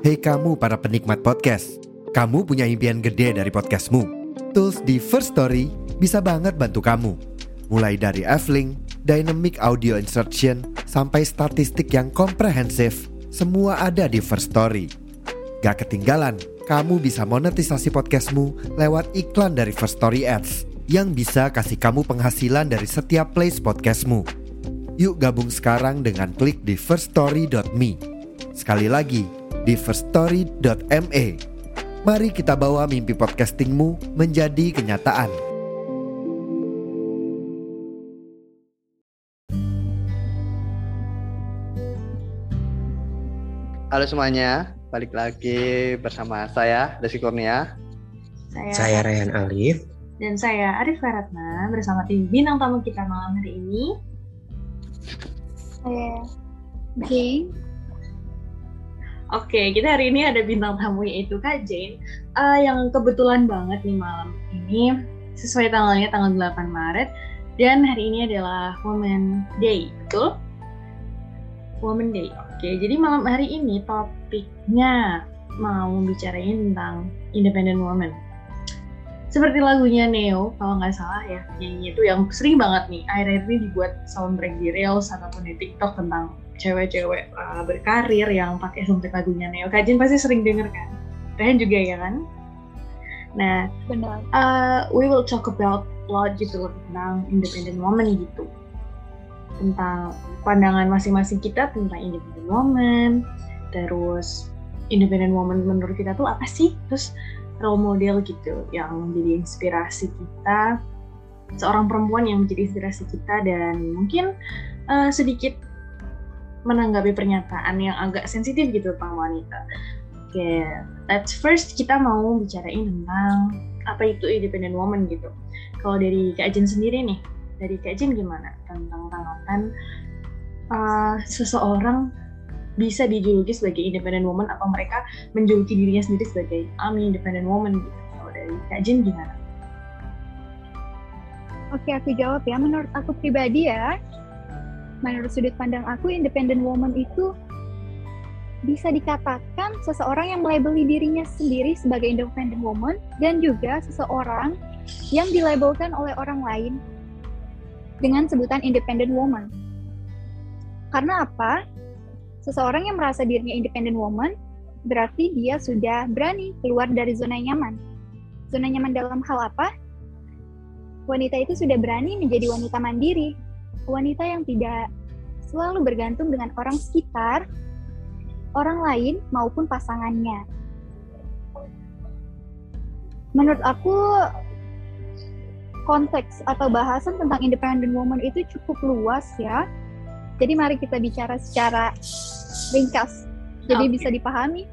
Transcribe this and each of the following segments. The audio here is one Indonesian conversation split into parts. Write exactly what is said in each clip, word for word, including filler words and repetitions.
Hei kamu para penikmat podcast, kamu punya impian gede dari podcastmu. Tools di First Story bisa banget bantu kamu. Mulai dari F-Link, Dynamic Audio Insertion, sampai statistik yang komprehensif, semua ada di First Story. Gak ketinggalan, kamu bisa monetisasi podcastmu lewat iklan dari First Story Ads yang bisa kasih kamu penghasilan dari setiap plays podcastmu. Yuk gabung sekarang dengan klik di first story dot me. Sekali lagi, di first story dot me. Mari kita bawa mimpi podcastingmu menjadi kenyataan. Halo semuanya, balik lagi bersama saya, Desi Kurnia. Saya, saya Rayhan Alif. Dan saya Arif Faratna bersama tim bintang tamu kita malam hari ini. Saya Jane. Oke, kita hari ini ada bintang tamu yaitu Kak Jane, uh, yang kebetulan banget nih malam ini sesuai tanggalnya tanggal delapan Maret, dan hari ini adalah Women Day, betul? Women Day. Oke, jadi malam hari ini topiknya mau bicarain tentang independent woman. Seperti lagunya Neo, kalau nggak salah ya, nyanyi itu yang sering banget nih akhir-akhir ini dibuat soundtrack di Reels ataupun di TikTok tentang cewek-cewek uh, berkarir yang pakai soundtrack lagunya Neo. Kak Jin pasti sering denger kan? Rehan juga ya kan? Nah, benar. Uh, we will talk about lot gitu tentang independent woman gitu, tentang pandangan masing-masing kita tentang independent woman, terus independent woman menurut kita tuh apa sih? Terus role model gitu yang menjadi inspirasi kita, seorang perempuan yang menjadi inspirasi kita, dan mungkin uh, sedikit menanggapi pernyataan yang agak sensitif gitu tentang wanita. Oke, okay, let's first kita mau bicarain tentang apa itu independent woman gitu. Kalau dari Kak Jen sendiri nih, dari Kak Jen gimana tentang tanggapan uh, seseorang bisa dijuluki sebagai independent woman atau mereka menjuluki dirinya sendiri sebagai I'm independent woman gitu. Kalau dari Kak Jin gimana? Oke, aku jawab ya. Menurut aku pribadi ya, menurut sudut pandang aku, independent woman itu bisa dikatakan seseorang yang melabeli dirinya sendiri sebagai independent woman dan juga seseorang yang dilabelkan oleh orang lain dengan sebutan independent woman. Karena apa? Seseorang yang merasa dirinya independent woman berarti dia sudah berani keluar dari zona nyaman. Zona nyaman dalam hal apa? Wanita itu sudah berani menjadi wanita mandiri. Wanita yang tidak selalu bergantung dengan orang sekitar, orang lain maupun pasangannya. Menurut aku, konteks atau bahasan tentang independent woman itu cukup luas ya. Jadi mari kita bicara secara ringkas, jadi okay. bisa dipahami.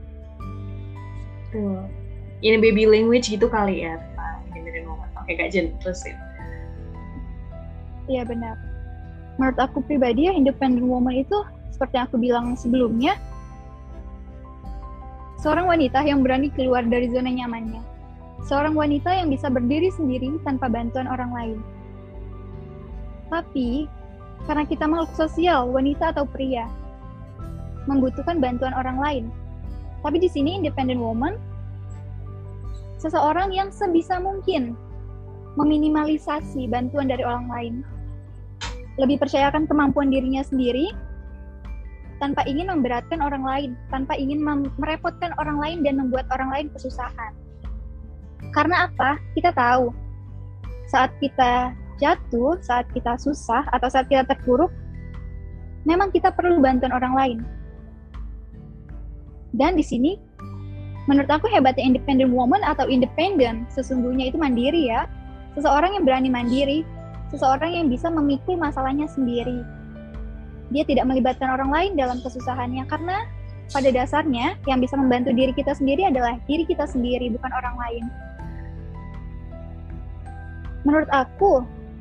Tuh, ini baby language gitu kali ya tentang independent woman. Oke Kak Jen, terusin. Iya benar. Menurut aku pribadi ya, independent woman itu seperti yang aku bilang sebelumnya, seorang wanita yang berani keluar dari zona nyamannya. Seorang wanita yang bisa berdiri sendiri tanpa bantuan orang lain. Tapi karena kita makhluk sosial, wanita atau pria, membutuhkan bantuan orang lain. Tapi di sini independent woman, seseorang yang sebisa mungkin meminimalisasi bantuan dari orang lain. Lebih percayakan kemampuan dirinya sendiri, tanpa ingin memberatkan orang lain, tanpa ingin mem- merepotkan orang lain dan membuat orang lain kesusahan. Karena apa? Kita tahu, saat kita jatuh, saat kita susah, atau saat kita terpuruk, memang kita perlu bantuan orang lain. Dan di sini, menurut aku hebatnya independent woman atau independent, sesungguhnya itu mandiri ya. Seseorang yang berani mandiri, seseorang yang bisa memikul masalahnya sendiri. Dia tidak melibatkan orang lain dalam kesusahannya, karena pada dasarnya yang bisa membantu diri kita sendiri adalah diri kita sendiri, bukan orang lain. Menurut aku,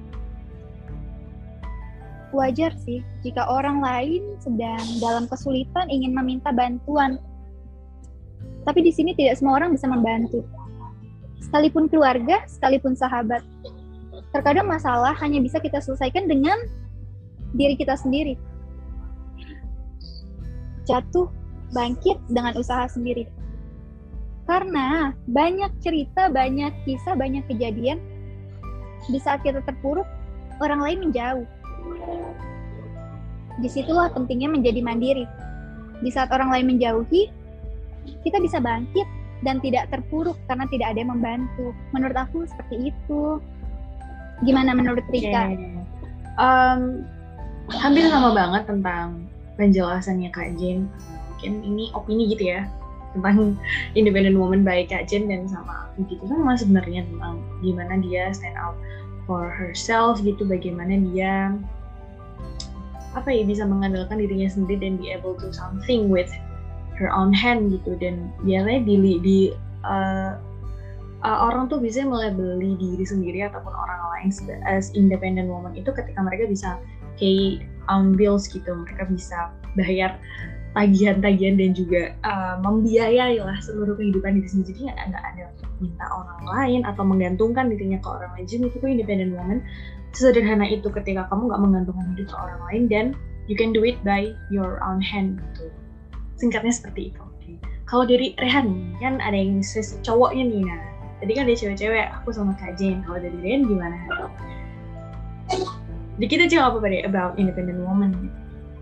wajar sih jika orang lain sedang dalam kesulitan ingin meminta bantuan. Tapi di sini tidak semua orang bisa membantu. Sekalipun keluarga, sekalipun sahabat. Terkadang masalah hanya bisa kita selesaikan dengan diri kita sendiri. Jatuh, bangkit dengan usaha sendiri. Karena banyak cerita, banyak kisah, banyak kejadian di saat kita terpuruk, orang lain menjauh. Disitulah pentingnya menjadi mandiri. Di saat orang lain menjauhi, kita bisa bangkit dan tidak terpuruk karena tidak ada yang membantu. Menurut aku seperti itu. Gimana menurut Rika? Okay. Um, hampir sama banget tentang penjelasannya Kak Jen. Mungkin ini opini gitu ya tentang independent woman by Kak Jen dan sama aku gitu. Sama sebenarnya tentang gimana dia stand out for herself gitu, bagaimana dia apa ya bisa mengandalkan dirinya sendiri dan be able to something with her own hand gitu. Dan biasanya di, di uh, uh, orang tuh bisa melabeli diri sendiri ataupun orang lain as independent woman itu ketika mereka bisa pay um, bills gitu, mereka bisa bayar tagihan-tagihan dan juga uh, membiayai lah seluruh kehidupan diri sendiri. Jadi nggak ada minta orang lain atau menggantungkan dirinya ke orang lain. Jadi itu independent woman sesederhana itu ketika kamu nggak menggantungkan hidup ke orang lain dan you can do it by your own hand gitu. Singkatnya seperti itu. Okay. Kalau dari Rehan kan ada yang cowoknya nih, nah tadi kan ada cewek-cewek, aku sama Kak Jen. Kalau dari Rehan gimana? Jadi kita jawab apa nih about independent woman gitu.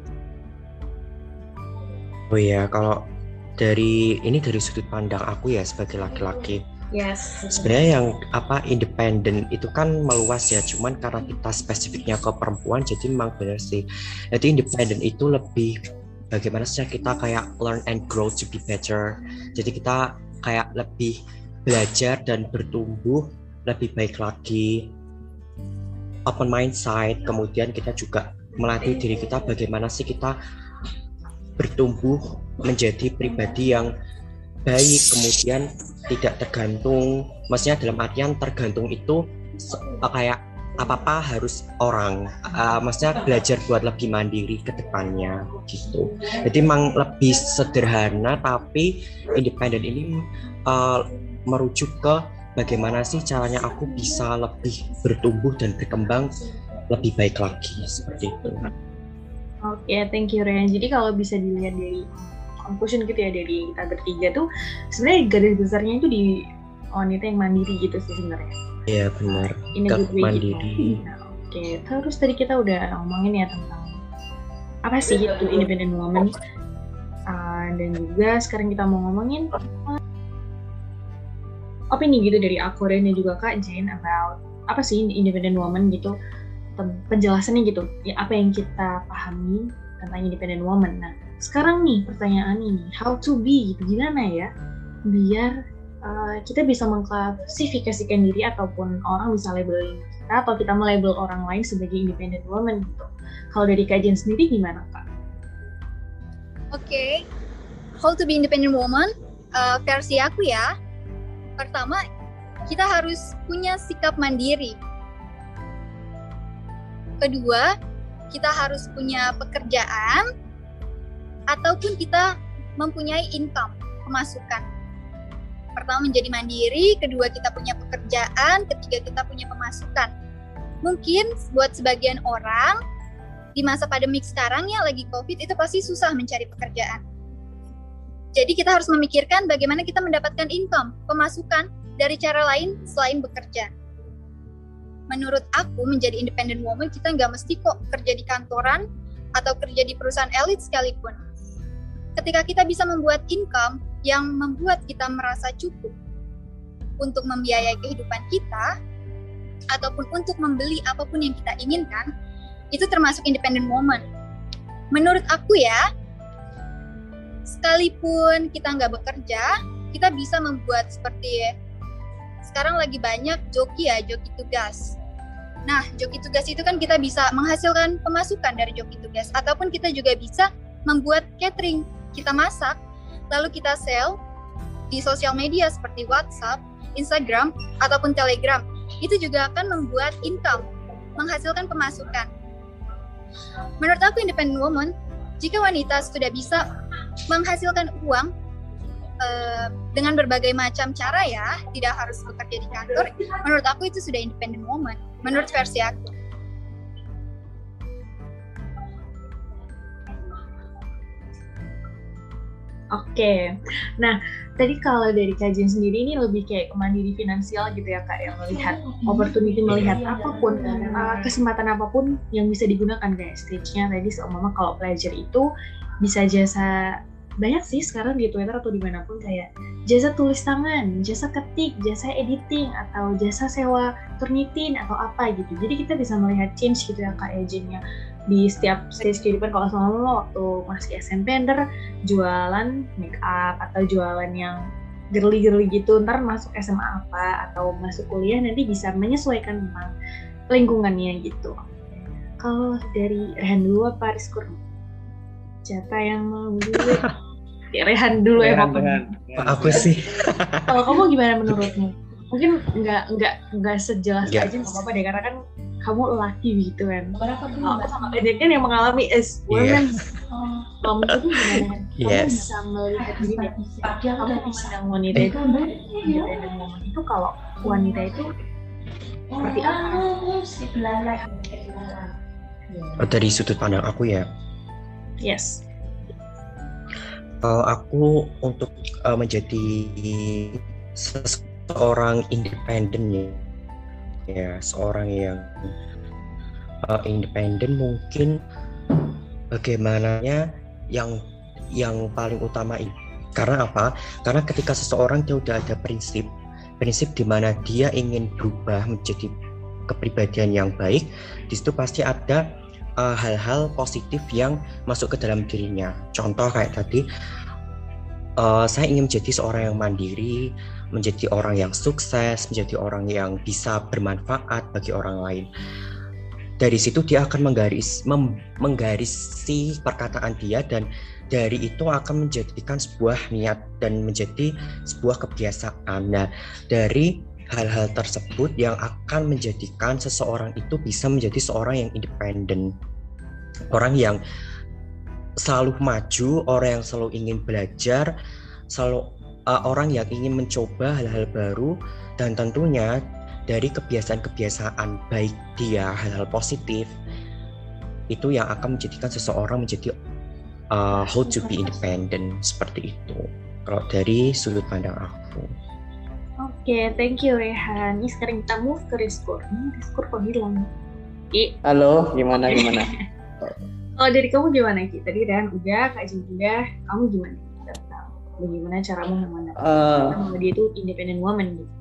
Oh iya, kalau dari ini dari sudut pandang aku ya sebagai laki-laki. Yes. Sebenarnya yang apa independen itu kan meluas ya, cuman karena kita spesifiknya ke perempuan, jadi memang benar sih. Jadi independen itu lebih bagaimana sih kita kayak learn and grow to be better. Jadi kita kayak lebih belajar dan bertumbuh lebih baik lagi, open mindset. Kemudian kita juga melatih diri kita bagaimana sih kita bertumbuh menjadi pribadi yang baik, kemudian tidak tergantung, maksudnya dalam artian tergantung itu kayak apa-apa harus orang, uh, maksudnya belajar buat lebih mandiri ke depannya gitu. Jadi memang lebih sederhana, tapi independen ini uh, merujuk ke bagaimana sih caranya aku bisa lebih bertumbuh dan berkembang lebih baik lagi, seperti itu. Oke, okay, thank you Ryan. Jadi kalau bisa dilihat dari conclusion gitu ya dari kita bertiga tuh sebenarnya garis besarnya itu di wanita yang mandiri gitu sih sebenarnya. Iya benar. In a good way mandiri. Gitu. Nah, oke, okay. Terus tadi kita udah ngomongin ya tentang apa sih itu independent woman, uh, dan juga sekarang kita mau ngomongin uh, opini gitu dari aku dan juga Kak Jen about apa sih independent woman gitu. Penjelasannya gitu, ya apa yang kita pahami tentang independent woman. Nah, sekarang nih pertanyaan ini, how to be, gitu, gimana ya biar uh, kita bisa mengklasifikasikan diri ataupun orang bisa labeling kita atau kita melabel orang lain sebagai independent woman gitu. Kalau dari Kak Jen sendiri gimana Kak? Oke, okay. How to be independent woman uh, versi aku ya. Pertama, kita harus punya sikap mandiri. Kedua, kita harus punya pekerjaan ataupun kita mempunyai income, pemasukan. Pertama menjadi mandiri, kedua kita punya pekerjaan, ketiga kita punya pemasukan. Mungkin buat sebagian orang di masa pandemik sekarang ya lagi COVID itu pasti susah mencari pekerjaan. Jadi kita harus memikirkan bagaimana kita mendapatkan income, pemasukan dari cara lain selain bekerja. Menurut aku menjadi independent woman kita nggak mesti kok kerja di kantoran atau kerja di perusahaan elit sekalipun. Ketika kita bisa membuat income yang membuat kita merasa cukup untuk membiayai kehidupan kita ataupun untuk membeli apapun yang kita inginkan, itu termasuk independent woman. Menurut aku ya, sekalipun kita nggak bekerja, kita bisa membuat seperti sekarang lagi banyak joki ya, joki tugas. Nah, joki tugas itu kan kita bisa menghasilkan pemasukan dari joki tugas, ataupun kita juga bisa membuat catering, kita masak, lalu kita sell di sosial media seperti WhatsApp, Instagram, ataupun Telegram. Itu juga akan membuat income, menghasilkan pemasukan. Menurut aku independent woman, jika wanita sudah bisa menghasilkan uang uh, dengan berbagai macam cara ya, tidak harus bekerja di kantor, menurut aku itu sudah independent woman. Menurut versi aku. Oke, nah tadi kalau dari kajian sendiri ini lebih kayak kemandiri finansial gitu ya Kak, yang melihat opportunity, melihat apapun, uh, kesempatan apapun yang bisa digunakan kayak stage-nya tadi seumpama kalau pleasure itu bisa jasa banyak sih sekarang di Twitter atau dimanapun kayak jasa tulis tangan, jasa ketik, jasa editing, atau jasa sewa turnitin atau apa gitu. Jadi kita bisa melihat change gitu ya Kak agentnya di setiap stage kehidupan. Kalau selama waktu masih S M P ntar jualan make up atau jualan yang girly-girly gitu, ntar masuk S M A apa atau masuk kuliah nanti bisa menyesuaikan tentang lingkungannya gitu. Kalau dari Rehan dulu apa Rizkur? Jatah yang mau dulu ya, Rehan dulu ya Bapak. Aku sih. Kalau kamu gimana menurutmu? Mungkin nggak nggak nggak sejelas Ya. aja nggak apa-apa deh karena kan kamu laki gitu kan. Aku sama Eden kan yang mengalami as women. Kamu itu gimana? Kamu Yes. bisa melihat diri deh. Kamu bisa wanita itu independent woman itu kalau wanita itu seperti apa? Oh, dari sudut pandang aku ya. Yes. Kalau aku untuk uh, menjadi seseorang independen ya, ya seorang yang uh, independen mungkin bagaimananya yang yang paling utama ini. Karena apa? Karena ketika seseorang dia udah ada prinsip, prinsip di mana dia ingin berubah menjadi kepribadian yang baik, di situ pasti ada uh, hal-hal positif yang masuk ke dalam dirinya. Contoh kayak tadi, uh, saya ingin menjadi seorang yang mandiri, menjadi orang yang sukses, menjadi orang yang bisa bermanfaat bagi orang lain. Dari situ dia akan menggaris, mem, menggarisi perkataan dia dan dari itu akan menjadikan sebuah niat dan menjadi sebuah kebiasaan. Nah, dari hal-hal tersebut yang akan menjadikan seseorang itu bisa menjadi seorang yang independen. Orang yang selalu maju, orang yang selalu ingin belajar, selalu uh, orang yang ingin mencoba hal-hal baru, dan tentunya dari kebiasaan-kebiasaan baik dia, hal-hal positif, itu yang akan menjadikan seseorang menjadi uh, how to be independent, seperti itu. Kalau dari sudut pandang aku. Oke, okay, thank you Rehan. Ini sekarang kita move ke Rizkur. Hmm, Rizkur kok hilang? I. Halo, gimana gimana? Oh, dari kamu gimana Ki? Tadi Rehan udah, Kak Jin udah. Kamu gimana? Bagaimana caramu memandang uh, dia itu independent woman gitu?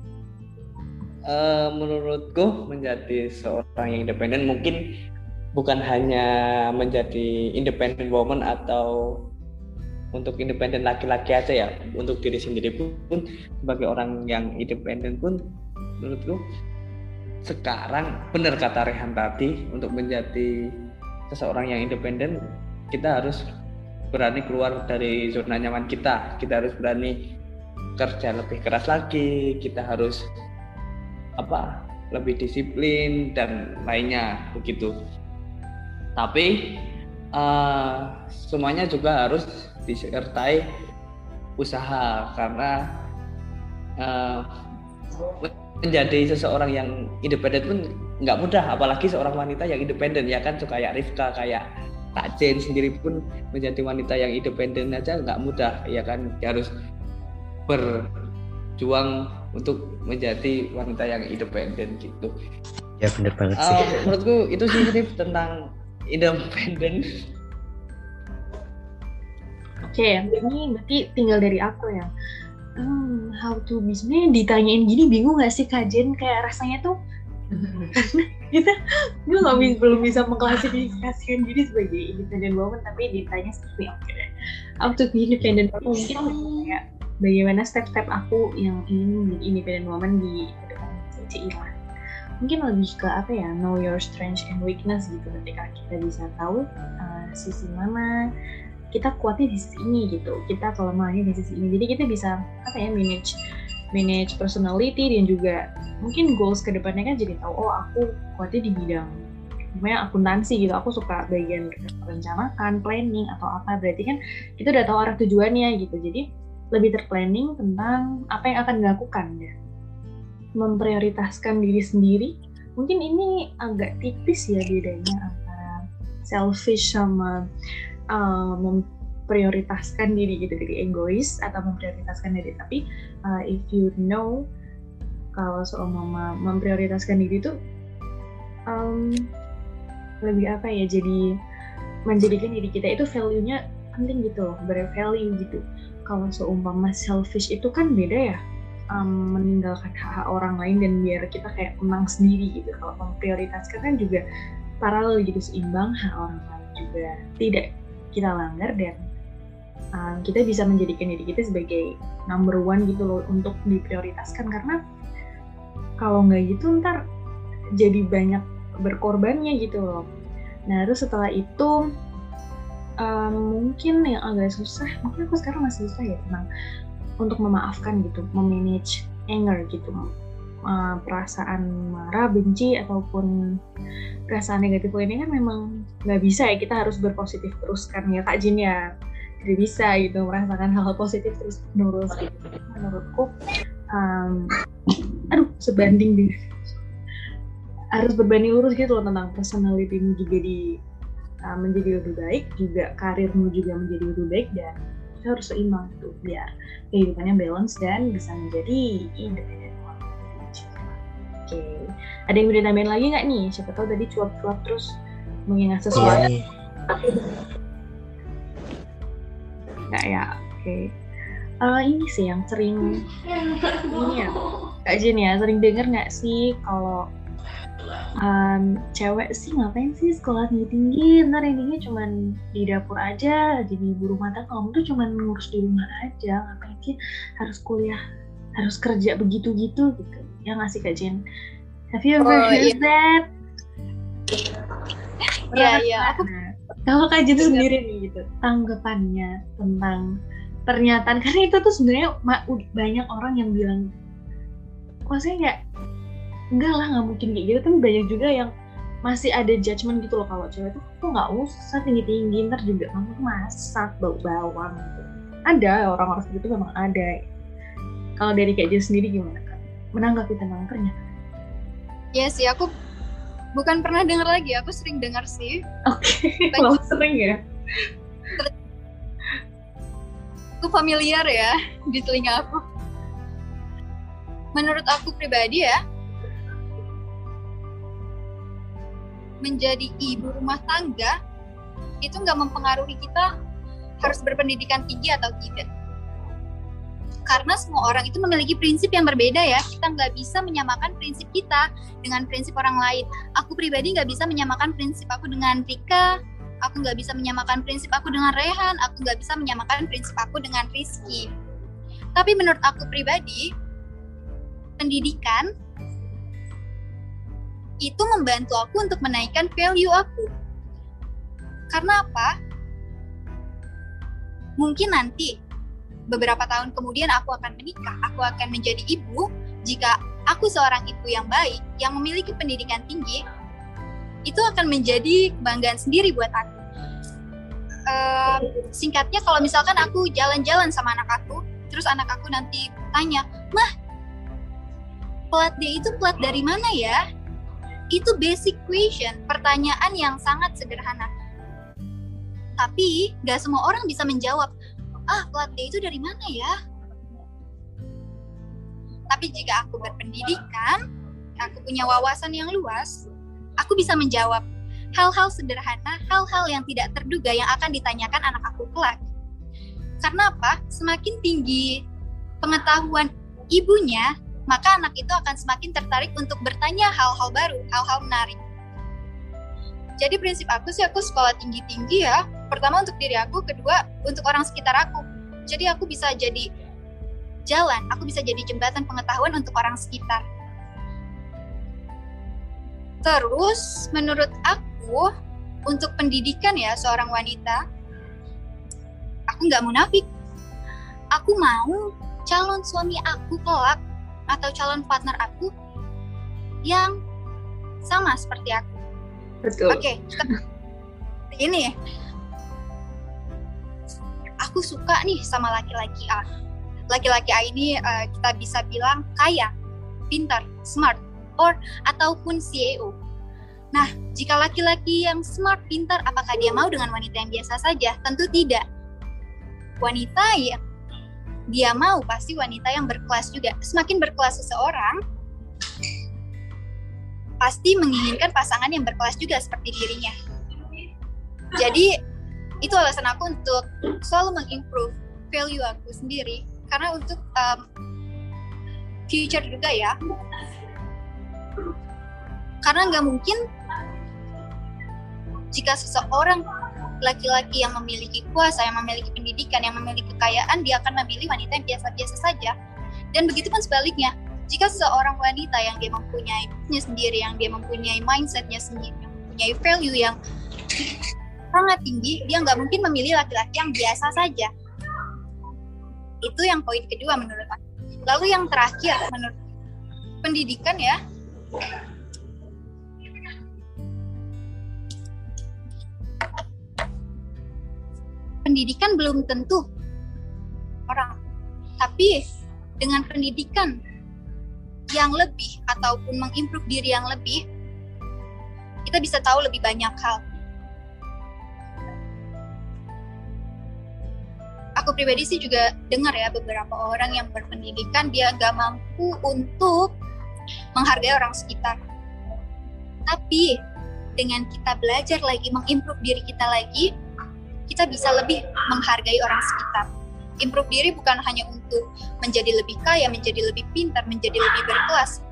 Uh, menurutku menjadi seorang yang independen mungkin bukan hanya menjadi independent woman atau untuk independen laki-laki aja ya, untuk diri sendiri pun sebagai orang yang independen pun menurutku sekarang benar kata Rehan tadi, untuk menjadi seseorang yang independen kita harus berani keluar dari zona nyaman kita, kita harus berani kerja lebih keras lagi, kita harus apa lebih disiplin dan lainnya begitu. Tapi uh, semuanya juga harus disertai usaha, karena uh, menjadi seseorang yang independen pun nggak mudah, apalagi seorang wanita yang independen ya kan, kayak Rifka, kayak Kak Jen sendiri pun menjadi wanita yang independen aja nggak mudah ya kan, dia harus berjuang untuk menjadi wanita yang independen gitu. Ya benar banget sih. Uh, menurutku itu sih tentang independen. Oke, okay, ini berarti tinggal dari aku ya. Hmm, how to be, sebenarnya ditanyain gini bingung nggak sih Kak Jen? Kayak rasanya tuh kita gue nggak belum bisa mengklasifikasikan diri sebagai independent woman, tapi ditanya seperti oke okay. How to be independent woman, mungkin kayak bagaimana step-step aku yang ingin menjadi independent woman di depan C I lah. Mungkin lebih ke apa ya, know your strengths and weakness gitu. Ketika kita bisa tahu uh, sisi mana kita kuatnya di sisi ini gitu, kita kelemahannya di sisi ini, jadi kita bisa apa ya, manage manage personality dan juga mungkin goals kedepannya kan jadi tahu, oh aku kuatnya di bidang namanya akuntansi gitu, aku suka bagian perencanaan, planning atau apa, berarti kan kita udah tahu arah tujuannya gitu, jadi lebih terplanning tentang apa yang akan dilakukan ya, memprioritaskan diri sendiri. Mungkin ini agak tipis ya bedanya antara selfish sama uh, memprioritaskan diri gitu, jadi egois atau memprioritaskan diri. Tapi uh, if you know kalau seumpama memprioritaskan diri itu um, lebih apa ya, jadi menjadikan diri kita itu value-nya penting gitu loh, bervalue gitu. Kalau seumpama selfish itu kan beda ya, um, meninggalkan hak-hak orang lain dan biar kita kayak menang sendiri gitu. Kalau memprioritaskan kan juga paralel gitu, seimbang, hak orang lain juga tidak kita langgar, dan um, kita bisa menjadikan diri kita sebagai number one gitu loh untuk diprioritaskan. Karena kalau nggak gitu ntar jadi banyak berkorbannya gitu loh. Nah terus setelah itu um, mungkin yang agak susah, mungkin aku sekarang masih susah ya tentang untuk memaafkan gitu, memanage anger gitu, uh, perasaan marah, benci ataupun perasaan negatif ini kan memang nggak bisa ya, kita harus berpositif terus kan ya Kak Jin ya, tidak bisa gitu merasakan hal-hal positif terus menerus gitu. Menurutku um, aduh sebanding dengan harus berbanding lurus gitu loh, tentang personality-mu juga di uh, menjadi lebih baik, juga karirmu juga menjadi lebih baik, dan kita harus seimbang tuh biar kehidupannya balance dan bisa menjadi independen. Oke, okay. Ada yang mau ditambahin lagi nggak nih? Siapa tahu tadi cuap-cuap terus mengingat sesuatu. Iya. Nggak ya, oke. Okay. Uh, ini sih yang sering ini ya, Kak Jen ya, sering denger nggak sih kalau um, cewek sih ngapain sih sekolah tinggi-tinggi, ntar intinya cuman di dapur aja, jadi ibu rumah tangga, kamu tuh cuman ngurus di rumah aja, ngapain sih harus kuliah, harus kerja begitu-gitu gitu. Ya nggak sih Kak Jen? Have you ever Oh, heard iya. that? Iya, iya. Aku Nah, kalau Kak Jen tuh sendiri nih gitu, tanggapannya tentang pernyataan, karena itu tuh sebenarnya ma- banyak orang yang bilang, maksudnya kayak enggak lah, nggak mungkin kayak gitu, tapi banyak juga yang masih ada judgement gitu loh, kalau cewek tuh kok nggak usah tinggi-tinggi, ntar juga kamu tuh masak bau bawang gitu. Ada orang-orang seperti itu, memang ada. Kalau dari Kak Jen sendiri gimana Kak menanggapi tentang pernyataan? ya sih, aku bukan pernah dengar lagi, aku sering dengar sih. Oke, kalau sering ya. Aku familiar ya di telinga aku. Menurut aku pribadi ya, menjadi ibu rumah tangga itu nggak mempengaruhi kita harus berpendidikan tinggi atau tidak. Karena semua orang itu memiliki prinsip yang berbeda ya. Kita nggak bisa menyamakan prinsip kita dengan prinsip orang lain. Aku pribadi nggak bisa menyamakan prinsip aku dengan Rika. Aku nggak bisa menyamakan prinsip aku dengan Rehan. Aku nggak bisa menyamakan prinsip aku dengan Rizky. Tapi menurut aku pribadi, pendidikan itu membantu aku untuk menaikkan value aku. Karena apa? Mungkin nanti beberapa tahun kemudian aku akan menikah, aku akan menjadi ibu. Jika aku seorang ibu yang baik, yang memiliki pendidikan tinggi, itu akan menjadi kebanggaan sendiri buat aku. Uh, singkatnya, kalau misalkan aku jalan-jalan sama anak aku, terus anak aku nanti tanya, "Mah, plat D itu plat dari mana ya?" Itu basic question, pertanyaan yang sangat sederhana. Tapi gak semua orang bisa menjawab, ah plat D itu dari mana ya? Tapi jika aku berpendidikan, aku punya wawasan yang luas, aku bisa menjawab hal-hal sederhana, hal-hal yang tidak terduga yang akan ditanyakan anak aku kelak. Karena apa? Semakin tinggi pengetahuan ibunya, maka anak itu akan semakin tertarik untuk bertanya hal-hal baru, hal-hal menarik. Jadi prinsip aku sih, aku sekolah tinggi-tinggi ya. Pertama untuk diri aku, kedua untuk orang sekitar aku. Jadi aku bisa jadi jalan, aku bisa jadi jembatan pengetahuan untuk orang sekitar. Terus menurut aku, untuk pendidikan ya seorang wanita, aku nggak munafik. Aku mau calon suami aku kelak atau calon partner aku yang sama seperti aku. Betul. Oke, ini aku suka nih sama laki-laki A. Laki-laki A ini uh, kita bisa bilang kaya, pintar, smart, or ataupun C E O. Nah, jika laki-laki yang smart, pintar, apakah dia mau dengan wanita yang biasa saja? Tentu tidak. wanita yang dia mau pasti wanita yang berkelas juga. Semakin berkelas seseorang, pasti menginginkan pasangan yang berkelas juga seperti dirinya. Jadi itu alasan aku untuk selalu mengimprove value aku sendiri, karena untuk um, future juga ya. Karena nggak mungkin jika seseorang laki-laki yang memiliki kuasa, yang memiliki pendidikan, yang memiliki kekayaan, dia akan memilih wanita yang biasa-biasa saja. Dan begitu pun sebaliknya, jika seorang wanita yang dia mempunyai sendiri, yang dia mempunyai mindsetnya sendiri, yang mempunyai value yang sangat tinggi, dia nggak mungkin memilih laki-laki yang biasa saja. Itu yang poin kedua menurut aku. Lalu yang terakhir menurut pendidikan ya. Pendidikan belum tentu orang, tapi dengan pendidikan yang lebih ataupun mengimprove diri yang lebih, kita bisa tahu lebih banyak hal. Aku pribadi sih juga dengar ya beberapa orang yang berpendidikan dia gak mampu untuk menghargai orang sekitar. Tapi dengan kita belajar lagi, mengimprove diri kita lagi, kita bisa lebih menghargai orang sekitar. Improve diri bukan hanya untuk menjadi lebih kaya, menjadi lebih pintar, menjadi lebih berkelas,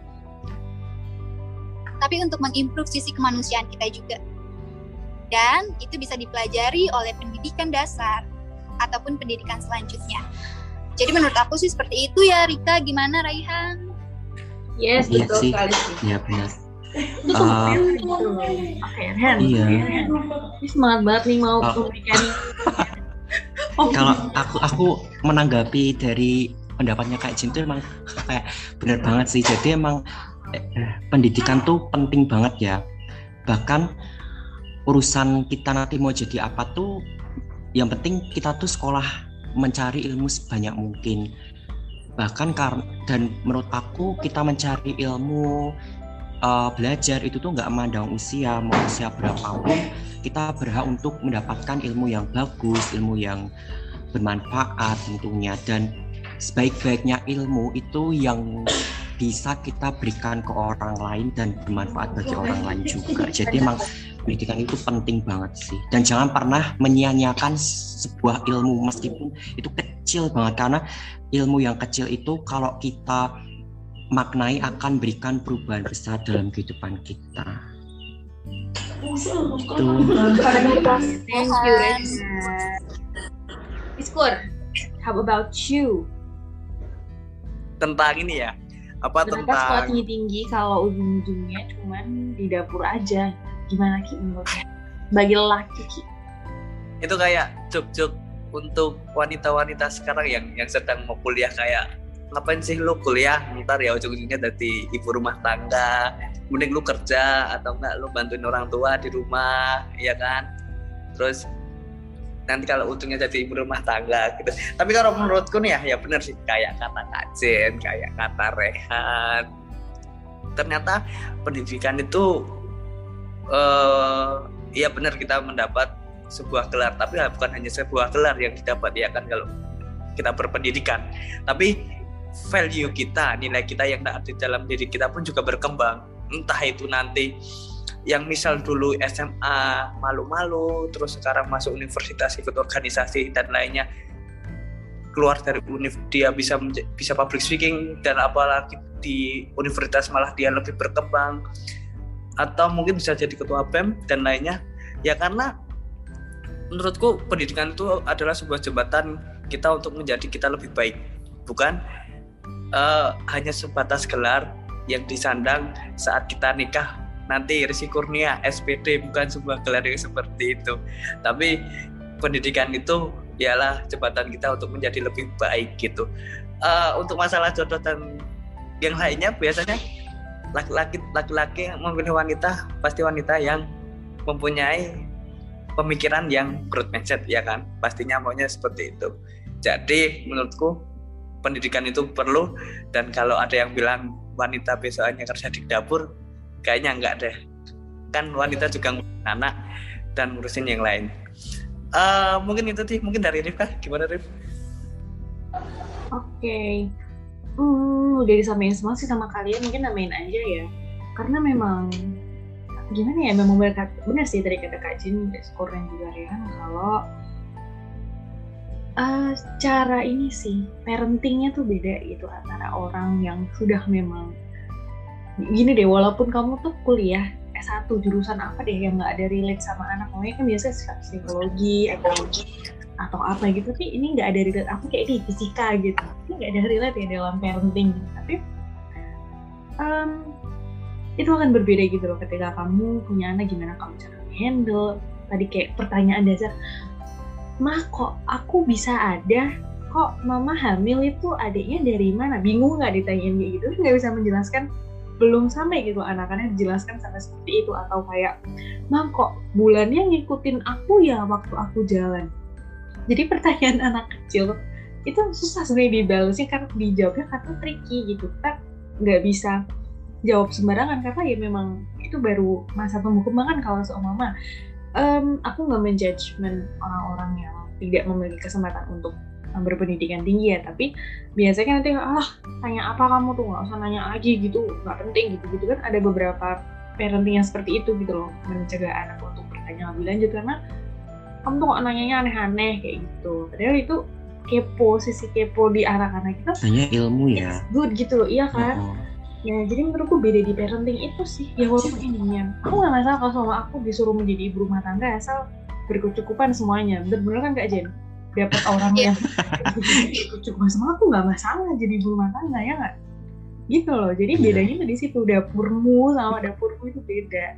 tapi untuk mengimprove sisi kemanusiaan kita juga. Dan itu bisa dipelajari oleh pendidikan dasar ataupun pendidikan selanjutnya. Jadi menurut aku sih seperti itu ya, Rika. Gimana, Raihan? Yes, Iya betul sih. sekali sih. Iya benar. Itu tuh Uh, keren gitu. Oke, Ren. Iya. Ini semangat banget nih mau Oh. memberikan. Oh, Kalau aku aku menanggapi dari pendapatnya Kak Jin tuh emang kayak benar banget sih. Jadi emang eh, pendidikan tuh penting banget ya. Bahkan urusan kita nanti mau jadi apa tuh, yang penting kita tuh sekolah mencari ilmu sebanyak mungkin. Bahkan karena, dan menurut aku kita mencari ilmu, uh, belajar itu tuh nggak memandang usia, mau usia berapapun kita berhak untuk mendapatkan ilmu yang bagus, ilmu yang bermanfaat tentunya. Dan sebaik-baiknya ilmu itu yang bisa kita berikan ke orang lain dan bermanfaat bagi orang lain juga. Jadi emang pendidikan itu penting banget sih. Dan jangan pernah menyia-nyiakan sebuah ilmu meskipun itu kecil banget, karena ilmu yang kecil itu kalau kita maknai akan berikan perubahan besar dalam kehidupan kita. Itu. thank you, Ren. Iskur, how about you? Tentang ini ya, apa Kenapa sekolah tentang tinggi-tinggi kalau ujung-ujungnya cuman di dapur aja? Gimana Ki menurutnya? Bagi lelaki Ki. itu kayak juk-juk untuk wanita-wanita sekarang yang yang sedang mau kuliah, kayak ngapain sih lu kuliah, ntar ya ujung-ujungnya jadi ibu rumah tangga, mending lu kerja atau enggak lu bantuin orang tua di rumah, ya kan? Terus nanti kalau ujungnya jadi ibu rumah tangga gitu. Tapi kalau menurutku nih ya, ya benar sih kayak kata Kak Jen, kayak kata Rehan. Ternyata pendidikan itu uh, ya benar kita mendapat sebuah gelar, tapi bukan hanya sebuah gelar yang didapat ya kan kalau kita berpendidikan, tapi value kita, nilai kita yang ada di dalam diri kita pun juga berkembang. Entah itu nanti yang misal dulu S M A malu-malu, terus sekarang masuk universitas ikut organisasi dan lainnya, keluar dari univ dia bisa bisa public speaking, dan apalagi di universitas malah dia lebih berkembang, atau mungkin bisa jadi ketua B E M dan lainnya. Ya karena menurutku pendidikan itu adalah sebuah jembatan kita untuk menjadi kita lebih baik, bukan uh, hanya sebatas gelar yang disandang saat kita nikah nanti Risi Kurnia S P D, bukan sebuah gelar yang seperti itu. Tapi pendidikan itu ialah jembatan kita untuk menjadi lebih baik gitu. Uh, untuk masalah jodoh dan yang lainnya, biasanya laki-laki laki-laki yang memilih wanita pasti wanita yang mempunyai pemikiran yang growth mindset, ya kan? Pastinya maunya seperti itu. Jadi menurutku pendidikan itu perlu, dan kalau ada yang bilang wanita besokannya kerja di dapur, kayaknya enggak deh. Kan wanita juga ngurusin anak dan ngurusin yang lain. uh, mungkin itu sih, mungkin dari Rifka, gimana Rif? Oke, okay. hmm, udah disamain semua sih sama kalian, mungkin namain aja ya. Karena memang gimana ya, memang benar, benar sih tadi kata Kak Jin, skornya juga Rehan, kalau uh, cara ini sih parentingnya tuh beda gitu antara orang yang sudah memang gini deh, walaupun kamu tuh kuliah S satu jurusan apa deh yang nggak ada relate sama anak, namanya kan biasanya psikologi atau atau apa gitu, tapi ini nggak ada relate, aku kayak di fisika gitu, ini nggak ada relate ya dalam parenting gitu. Tapi um, itu akan berbeda gitu loh ketika kamu punya anak, gimana kamu cara handle tadi kayak pertanyaan dasar, mah kok aku bisa ada, kok mama hamil itu adiknya dari mana, bingung nggak ditanyain kayak gitu, nggak bisa menjelaskan, belum sampai gitu anak-anaknya dijelaskan sampai seperti itu. Atau kayak, mah kok bulannya ngikutin aku ya waktu aku jalan. Jadi pertanyaan anak kecil itu susah sebenarnya dibalasnya karena dijawabnya karena tricky gitu, kita nggak bisa jawab sembarangan karena ya memang itu baru masa tumbuh kembang kan. Kalau seumpama um, aku nggak menjudgment orang-orang yang tidak memiliki kesempatan untuk berpendidikan tinggi ya, tapi biasanya nanti ah tanya apa kamu tuh, nggak usah nanya lagi gitu, nggak penting gitu-gitu kan. Ada beberapa parenting yang seperti itu gitu loh, mencegah anak untuk bertanya lebih lanjut karena kamu tuh kok nanyanya aneh-aneh kayak gitu. Padahal itu kepo, sisi kepo di anak-anak itu hanya ilmu ya, good gitu loh, iya kan. Oh. Ya jadi menurutku beda di parenting itu sih ya, walaupun ininya aku nggak masalah kalau sama aku disuruh menjadi ibu rumah tangga asal berkecukupan semuanya, bener-bener kan Kak Jen, dapat orang yang berkecukupan sama aku nggak masalah jadi ibu rumah tangga ya nggak gitu loh. Jadi bedanya tuh di situ, dapurmu sama dapurku itu beda.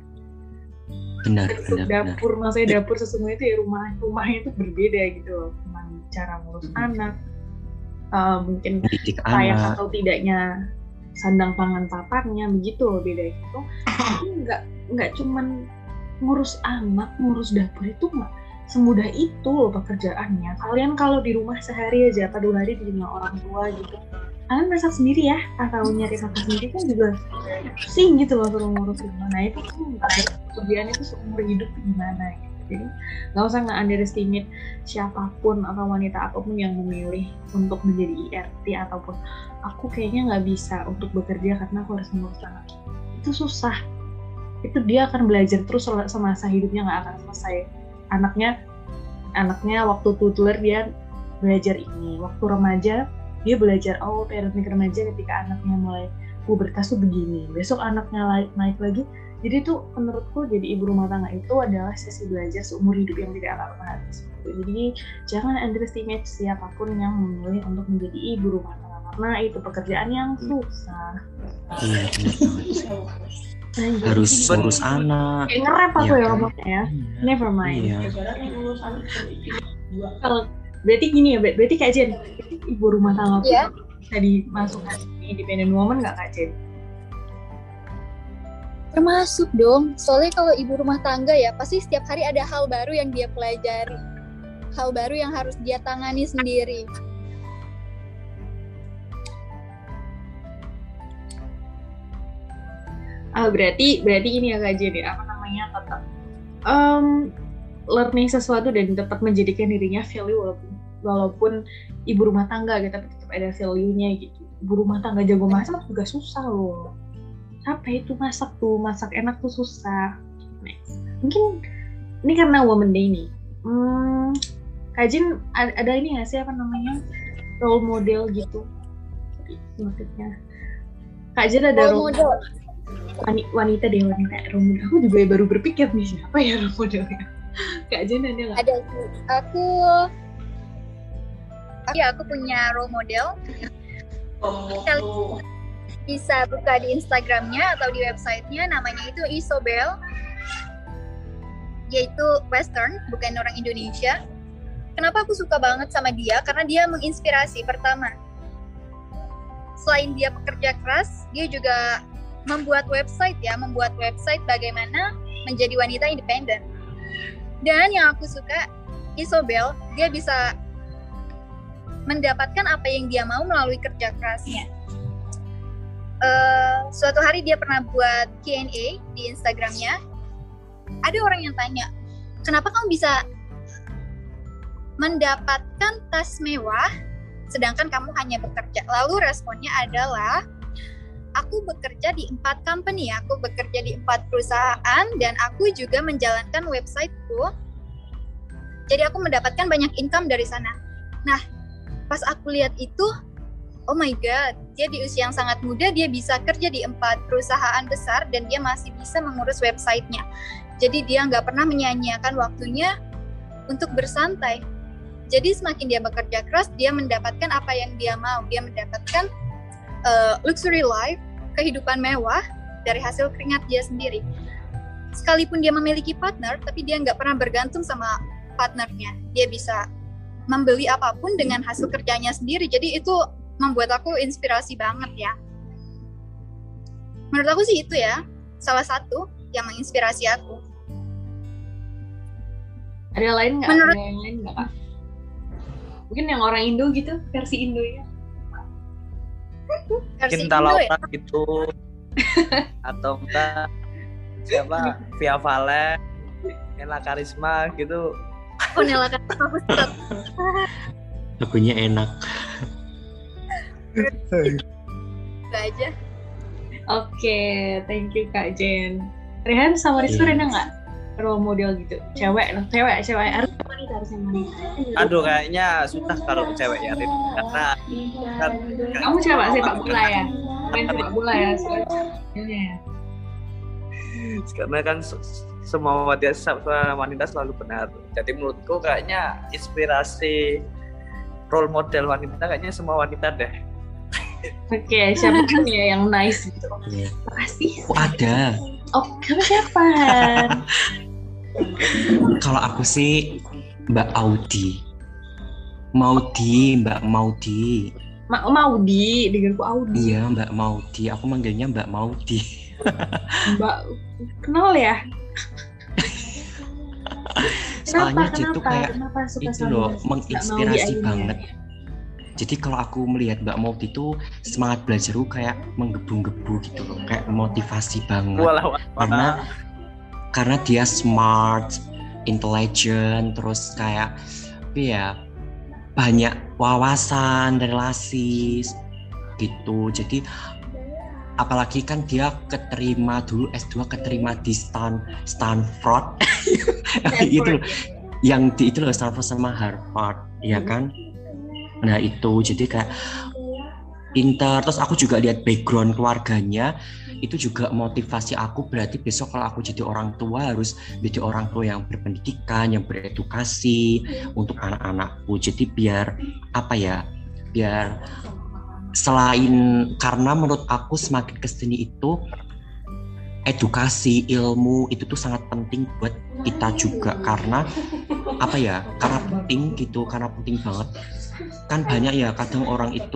Benar, benar, dapur benar. Maksudnya dapur sesungguhnya itu ya rumah rumahnya itu berbeda gitu loh, tentang cara ngurus hmm. anak, uh, mungkin layak atau tidaknya sandang pangan papannya begitu loh, beda gitu. Tapi nggak nggak cuman ngurus anak, ngurus dapur itu nggak semudah itu loh pekerjaannya. Kalian kalau di rumah sehari aja, atau dua hari di rumah orang tua gitu, kalian masak sendiri ya, atau nyari masak sendiri kan juga pusing gitu loh suruh ngurus rumah. Nah itu kan pekerjaan itu seumur hidup gimana gitu. Jadi nggak usah nge-underestimate siapapun atau wanita apapun yang memilih untuk menjadi I R T ataupun aku kayaknya nggak bisa untuk bekerja karena aku harus mengurus anak. Itu susah. Itu dia akan belajar terus semasa hidupnya, nggak akan selesai. Anaknya anaknya waktu toddler dia belajar ini, waktu remaja dia belajar oh parenting remaja ketika anaknya mulai pubertas tuh begini, besok anaknya naik, naik lagi. Jadi tuh menurutku jadi ibu rumah tangga itu adalah sesi belajar seumur hidup yang tidak akan pernah habis. Jadi jangan underestimate siapapun yang memilih untuk menjadi ibu rumah tangga karena itu pekerjaan yang susah. Iya benar. Nah, harus urus anak. Kayak ngerap aku ya, ya ngomongnya ya. Never mind. Iya. Kalau berarti gini ya, berarti Kak Jen, ibu rumah tangga yeah. bisa dimasukkan di independent woman nggak Kak Jen? Termasuk dong, soalnya kalau ibu rumah tangga ya pasti setiap hari ada hal baru yang dia pelajari, hal baru yang harus dia tangani sendiri. Ah, berarti berarti ini ya Kak Jen, apa namanya, tetap um, learning sesuatu dan tetap menjadikan dirinya value walaupun walaupun ibu rumah tangga gitu, tapi tetap ada value-nya gitu. Ibu rumah tangga jago masak juga susah loh. Apa itu masak tuh, masak enak tuh susah. Next. Mungkin ini karena Women Day nih. Hmm, Kak Jen ada, ada ini nggak sih apa namanya role model gitu? Maksudnya Kak Jen ada role model. Wanita deh, wanita role model. Aku juga baru berpikir nih siapa ya role modelnya. Kak Jen ada nggak? Ada. Aku, ya aku punya role model. Oh. Bisa buka di Instagramnya atau di websitenya, namanya itu Isobel. Dia itu Western, bukan orang Indonesia. Kenapa aku suka banget sama dia? Karena dia menginspirasi. Pertama, selain dia pekerja keras, dia juga membuat website ya, membuat website bagaimana menjadi wanita independen. Dan yang aku suka, Isobel, dia bisa mendapatkan apa yang dia mau melalui kerja kerasnya. Uh, suatu hari dia pernah buat Q and A di Instagramnya. Ada orang yang tanya, kenapa kamu bisa mendapatkan tas mewah sedangkan kamu hanya bekerja. Lalu responnya adalah, aku bekerja di empat company, aku bekerja di empat perusahaan, dan aku juga menjalankan websiteku. Jadi aku mendapatkan banyak income dari sana. Nah, pas aku lihat itu, oh my god, dia di usia yang sangat muda, dia bisa kerja di empat perusahaan besar, dan dia masih bisa mengurus websitenya. Jadi dia nggak pernah menyia-nyiakan waktunya untuk bersantai. Jadi semakin dia bekerja keras, dia mendapatkan apa yang dia mau. Dia mendapatkan uh, luxury life, kehidupan mewah dari hasil keringat dia sendiri. Sekalipun dia memiliki partner, tapi dia nggak pernah bergantung sama partnernya. Dia bisa membeli apapun dengan hasil kerjanya sendiri. Jadi itu membuat aku inspirasi banget ya. Menurut aku sih itu ya, salah satu yang menginspirasi aku. Ada lain nggak? Menurut... Ada yang lain nggak, Kak? Mungkin yang orang Indo gitu, versi Indo ya. Mungkin Laura gitu. Atau enggak siapa? Via Valen, Nela Karisma gitu. Oh, Nela Karisma Ustaz. Lagunya enak. Itu aja. Oke, thank you Kak Jen. Rehan sama Rizky Yeah. ada nggak role model gitu? Cewek, loh, cewek, cewek harus wanita, harus yang wanita. Aduh, kayaknya susah kalau cewek ya, Rin. Karena kan, Kamu coba sepak bola ya, main sepak bola ya soalnya. Karena kan semua wanita, semua wanita selalu benar. Jadi menurutku kayaknya inspirasi role model wanita kayaknya semua wanita deh. Oke, siapa ya yang nice gitu? Yeah. Makasih. Oh, ada. Oh, kamu siapa? Kalau aku sih Mbak Audi. Maudi, Mbak Maudi. Ma Maudi, dengarku Audi. Iya, Mbak Maudi. Aku manggilnya Mbak Maudi. Mbak, kenal ya? Soalnya Kenapa, dia tuh kenapa? kayak Kenapa suka itu sama loh, Mbak menginspirasi Maudi banget. akhirnya? Jadi kalau aku melihat Mbak Maudi itu semangat belajarku kayak menggebu-gebu gitu loh, kayak motivasi banget. Walah, Karena karena dia smart, intelligent, terus kayak ya banyak wawasan, relasi gitu. Jadi apalagi kan dia keterima dulu S dua keterima di Stan Stanford. Itu loh, yang di itu loh Stanford sama Harvard, ya kan? Nah itu jadi kayak pintar. Terus aku juga lihat background keluarganya, itu juga motivasi aku. Berarti besok kalau aku jadi orang tua harus jadi orang tua yang berpendidikan, yang beredukasi untuk anak-anakku. Jadi biar apa ya, biar selain, karena menurut aku semakin kesini itu edukasi, ilmu itu tuh sangat penting buat kita juga. Karena apa ya, karena penting gitu, karena penting banget. Kan banyak ya kadang orang itu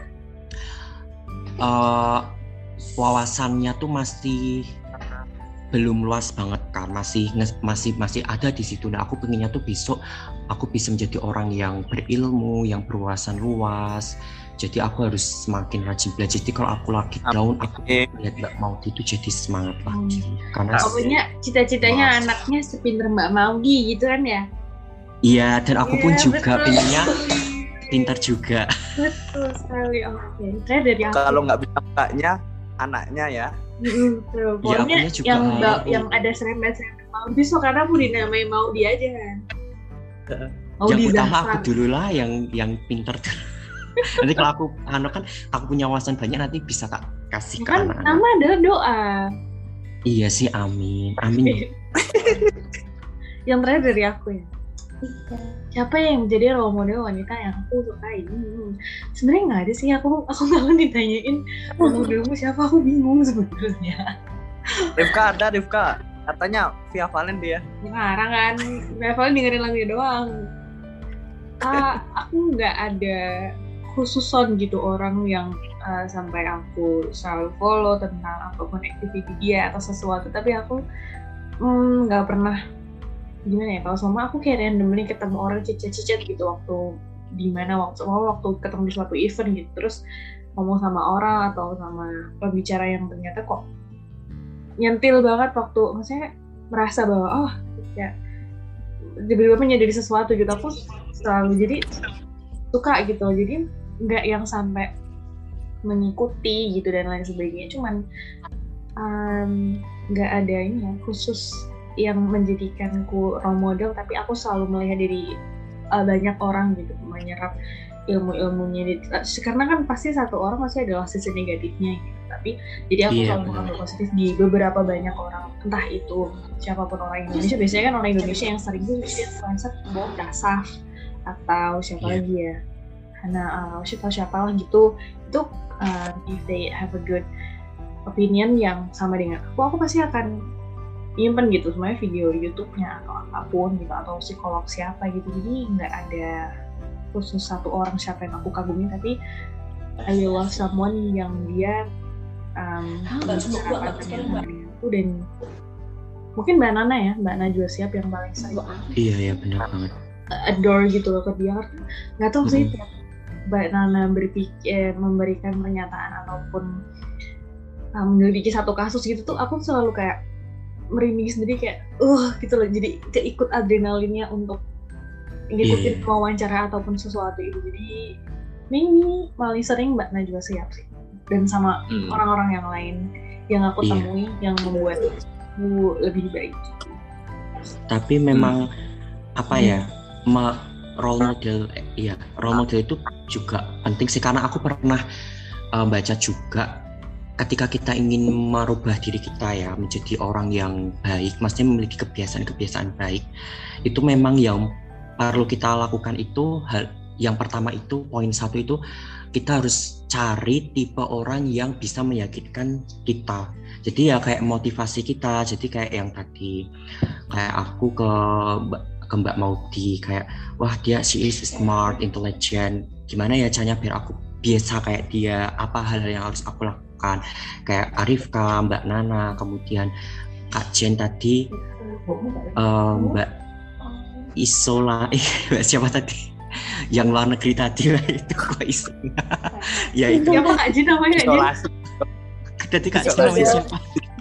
uh, wawasannya tuh masih belum luas banget kan, masih masih masih ada di situ. Nah aku pengennya tuh besok aku bisa menjadi orang yang berilmu, yang berwawasan luas. Jadi aku harus semakin rajin belajar. Jadi kalau aku lagi down, aku lihat Mbak Maudi itu jadi semangat lagi. Karena pokoknya cita-citanya was. Anaknya sepinter Mbak Maudi gitu kan ya? Iya, dan aku ya, pun juga betul. pengennya pintar juga. Betul sekali. Oke, saya dari aku. Kalau nggak bisa kakaknya, anaknya ya. Betul. Pokoknya ya, juga yang ba- yang ada serempet-serempet Maudi, so karena aku dinamai Maudi aja kan. Maudi yang utama aku dulu lah, yang yang pintar. Nanti kalau aku anu kan aku punya wawasan banyak, nanti bisa tak kasih ke kan, anak-anak. Nama adalah doa. Iya sih, amin. Amin. Yang terakhir dari aku ya. Siapa yang menjadi role model wanita yang aku sukai? Hmm. Sebenarnya nggak ada sih, aku aku nggak akan ditanyain role modelmu siapa, aku bingung sebenarnya. Rifka ada, Rifka katanya Via Valen dia. Sekarang kan Via Valen dengerin lagunya doang. Ah, aku nggak ada khususon gitu orang yang uh, sampai aku selalu follow tentang apapun activity dia atau sesuatu, tapi aku nggak hmm, pernah gimana ya, kalau sama aku kayak randomly ketemu orang cicet-cicet gitu waktu di mana waktu waktu ketemu di suatu event gitu, terus ngomong sama orang atau sama pembicara yang ternyata kok nyentil banget waktu, maksudnya merasa bahwa oh ya tiba-tiba menjadi sesuatu gitu, aku selalu jadi suka gitu, jadi nggak yang sampai mengikuti gitu dan lain sebagainya, cuman nggak um, ada ini ya khusus yang menjadikanku role model, tapi aku selalu melihat dari uh, banyak orang gitu menyerap ilmu-ilmunya, karena kan pasti satu orang pasti adalah sisi negatifnya gitu. Tapi jadi aku yeah, selalu mengambil positif di beberapa banyak orang, entah itu siapapun orang Indonesia. Biasanya kan orang Indonesia yang sering tuh influencer buat Dasaf atau siapa yeah. lagi ya, Hana uh, siapa siapa lah gitu. Itu uh, if they have a good opinion yang sama dengan aku, aku pasti akan nyimpen gitu semuanya video YouTube-nya atau apapun gitu, atau psikolog siapa gitu. Jadi nggak ada khusus satu orang siapa yang aku kagumi, tapi I will love someone yang dia um, berharapan dengan aku. Dan mungkin Mbak Nana ya, Mbak Najwa Shihab yang paling sering iya ya benar banget adore gitu loh ke dia. Nggak tahu sih mm-hmm. Mbak Nana berpikir memberikan pernyataan ataupun um, menyelidiki satu kasus gitu tuh, aku selalu kayak merinding sendiri, kayak uh gitu loh, jadi keikut adrenalinnya untuk ngikutin yeah. wawancara ataupun sesuatu itu. Jadi ini paling sering Mbak Najwa Shihab sih, dan sama hmm. orang-orang yang lain yang aku yeah. temui yang membuat aku lebih baik. Tapi memang hmm. apa ya, ma- role model ya role model itu juga penting sih, karena aku pernah uh, baca juga ketika kita ingin merubah diri kita ya menjadi orang yang baik, maksudnya memiliki kebiasaan-kebiasaan baik, itu memang yang perlu kita lakukan itu hal yang pertama itu, poin satu itu kita harus cari tipe orang yang bisa meyakinkan kita. Jadi ya kayak motivasi kita, jadi kayak yang tadi kayak aku ke ke Mbak Maudi, kayak wah dia she is smart, intelligent, gimana ya caranya biar aku biasa kayak dia, apa hal-hal yang harus aku lakukan, kayak Arifka, Mbak Nana, kemudian Kak Jen tadi, uh, Mbak Isola, eh siapa tadi? Yang luar negeri tadi lah itu kok Isola. Ya itu. Siapa Kak Jin namanya? Isolasi. Tadi Kak Jin namanya siapa?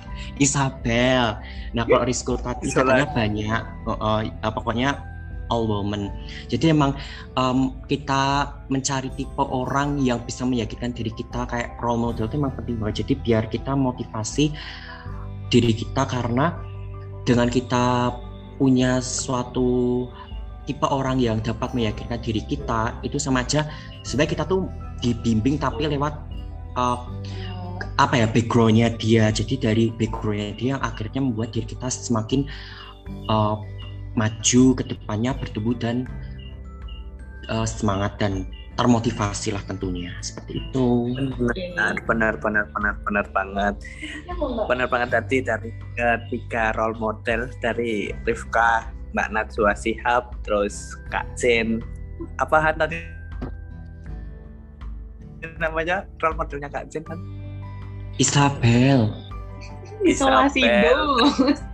Isabel. Nah kalau Rizko tadi katanya banyak, uh, uh, pokoknya all woman. Jadi emang um, kita mencari tipe orang yang bisa meyakinkan diri kita, kayak role model itu emang penting banget. Jadi biar kita motivasi diri kita, karena dengan kita punya suatu tipe orang yang dapat meyakinkan diri kita, itu sama aja sebenarnya kita tuh dibimbing tapi lewat uh, apa ya backgroundnya dia. Jadi dari backgroundnya dia yang akhirnya membuat diri kita semakin uh, maju ke depannya, bertumbuh dan uh, semangat dan termotivasi lah tentunya, seperti itu. Benar, benar, benar, benar, benar banget. Benar banget tadi dari ketiga role model, dari Rifka, Mbak Najwa Shihab, terus Kak Jen. Apaan tadi namanya role modelnya Kak Jen kan? Isabel. Isolasi dong.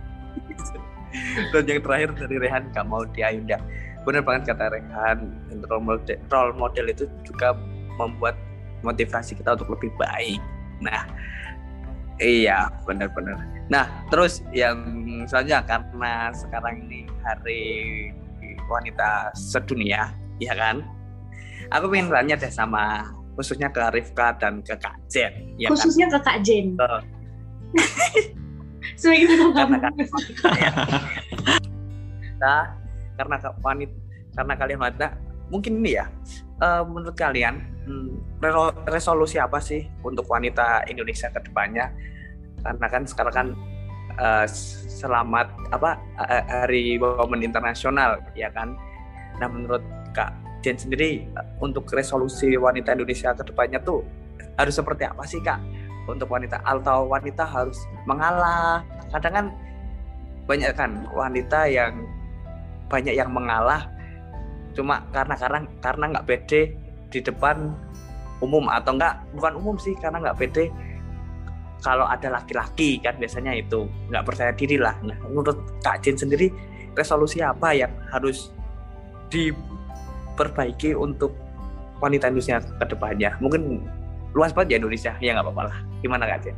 Dan yang terakhir dari Rehan, Kak Maudi Ayunda. Benar banget kata Rehan, role model, role model itu juga membuat motivasi kita untuk lebih baik. Nah, iya benar-benar. Nah, terus yang selanjutnya, karena sekarang ini Hari Wanita Sedunia, ya kan? Aku pengen tanya deh sama khususnya ke Rifka dan ke Kak Jen. Ya khususnya kan? ke Kak Jen. Oh. Sebagai karena kan, ya. Nah, karena wanita, karena kalian wanita, mungkin ini ya, uh, menurut kalian hmm, resolusi apa sih untuk wanita Indonesia ke depannya? Karena kan sekarang kan uh, selamat apa uh, Hari Women Internasional, ya kan? Nah, menurut Kak Jen sendiri, uh, untuk resolusi wanita Indonesia ke depannya tuh harus seperti apa sih, Kak? Untuk wanita, atau wanita harus mengalah? Kadang kan banyak kan wanita yang banyak yang mengalah cuma karena karena karena nggak pede di depan umum, atau enggak bukan umum sih, karena nggak pede kalau ada laki-laki, kan biasanya itu nggak percaya diri lah. Nah, menurut Kak Jen sendiri, resolusi apa yang harus diperbaiki untuk wanita Indonesia ke depannya? Mungkin luas banget ya Indonesia, ya nggak apa-apa lah. Gimana Kak Jen?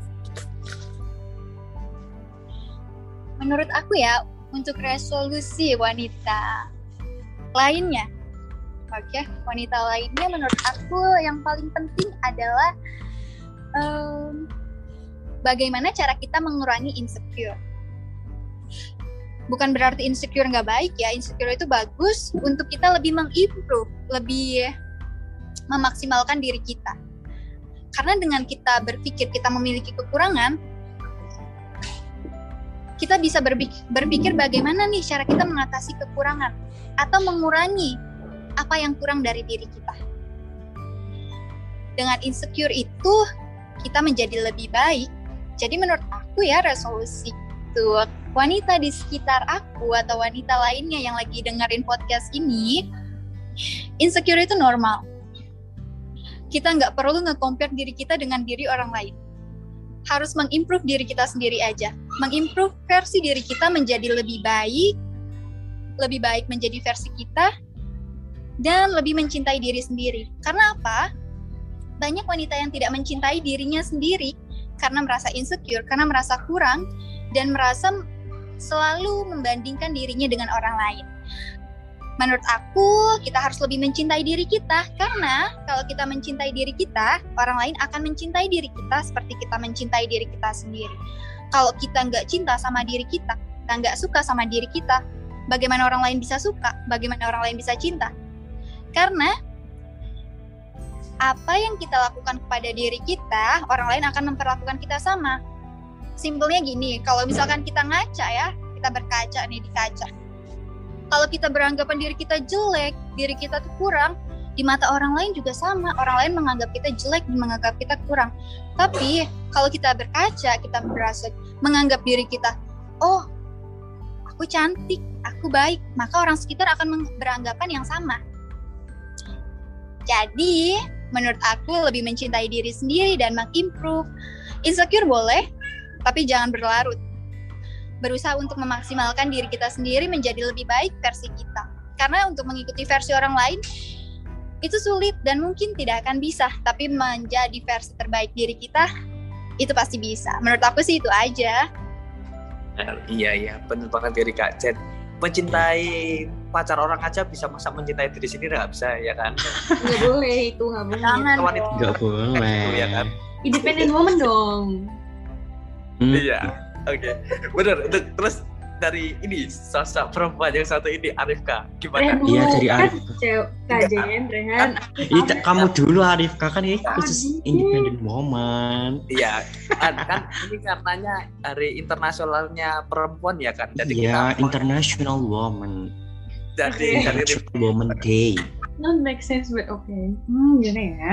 Menurut aku ya, untuk resolusi wanita lainnya Oke, wanita lainnya menurut aku yang paling penting adalah um, bagaimana cara kita mengurangi insecure. Bukan berarti insecure nggak baik ya, insecure itu bagus untuk kita lebih mengimprove, lebih memaksimalkan diri kita. Karena dengan kita berpikir kita memiliki kekurangan, kita bisa berpikir, berpikir bagaimana nih cara kita mengatasi kekurangan atau mengurangi apa yang kurang dari diri kita. Dengan insecure itu kita menjadi lebih baik. Jadi menurut aku ya, resolusi untuk wanita di sekitar aku atau wanita lainnya yang lagi dengerin podcast ini, insecure itu normal. Kita nggak perlu nge-compare diri kita dengan diri orang lain. Harus mengimprove diri kita sendiri aja. Mengimprove versi diri kita menjadi lebih baik, lebih baik menjadi versi kita, dan lebih mencintai diri sendiri. Karena apa? Banyak wanita yang tidak mencintai dirinya sendiri karena merasa insecure, karena merasa kurang, dan merasa selalu membandingkan dirinya dengan orang lain. Menurut aku, kita harus lebih mencintai diri kita, karena kalau kita mencintai diri kita, orang lain akan mencintai diri kita seperti kita mencintai diri kita sendiri. Kalau kita nggak cinta sama diri kita, kita nggak suka sama diri kita, bagaimana orang lain bisa suka? Bagaimana orang lain bisa cinta? Karena apa yang kita lakukan kepada diri kita, orang lain akan memperlakukan kita sama. Simpelnya gini, kalau misalkan kita ngaca ya, kita berkaca nih di kaca. Kalau kita beranggapan diri kita jelek, diri kita tuh kurang, di mata orang lain juga sama. Orang lain menganggap kita jelek dan menganggap kita kurang. Tapi kalau kita berkaca, kita berasa menganggap diri kita, oh, aku cantik, aku baik, maka orang sekitar akan beranggapan yang sama. Jadi, menurut aku lebih mencintai diri sendiri dan mengimprove. Insecure boleh, tapi jangan berlarut. Berusaha untuk memaksimalkan diri kita sendiri menjadi lebih baik versi kita. Karena untuk mengikuti versi orang lain, itu sulit dan mungkin tidak akan bisa. Tapi menjadi versi terbaik diri kita, itu pasti bisa. Menurut aku sih itu aja. Nah, iya, iya. Benar banget dari Kak Jen. Mencintai pacar orang aja bisa, masa mencintai diri sendiri nggak bisa, ya kan? Nggak boleh, itu nggak boleh. Jangan Wanita dong. Nggak boleh. ya kan? Independent woman dong. Hmm. Iya, oke. Benar. Terus dari ini sosok perempuan yang satu ini, Arifka, gimana? Rehan Iya, dulu. dari Kan Arifka. cewek kajen, Rehan. Ih, kamu dulu Arifka, kan ini Tadi. khusus independent woman. Iya, kan, kan ini karenanya hari internasionalnya perempuan ya kan. Jadi Iya, kita International Woman. jadi dari International Woman Day. Not make sense, but okay. Hmm, gimana ya?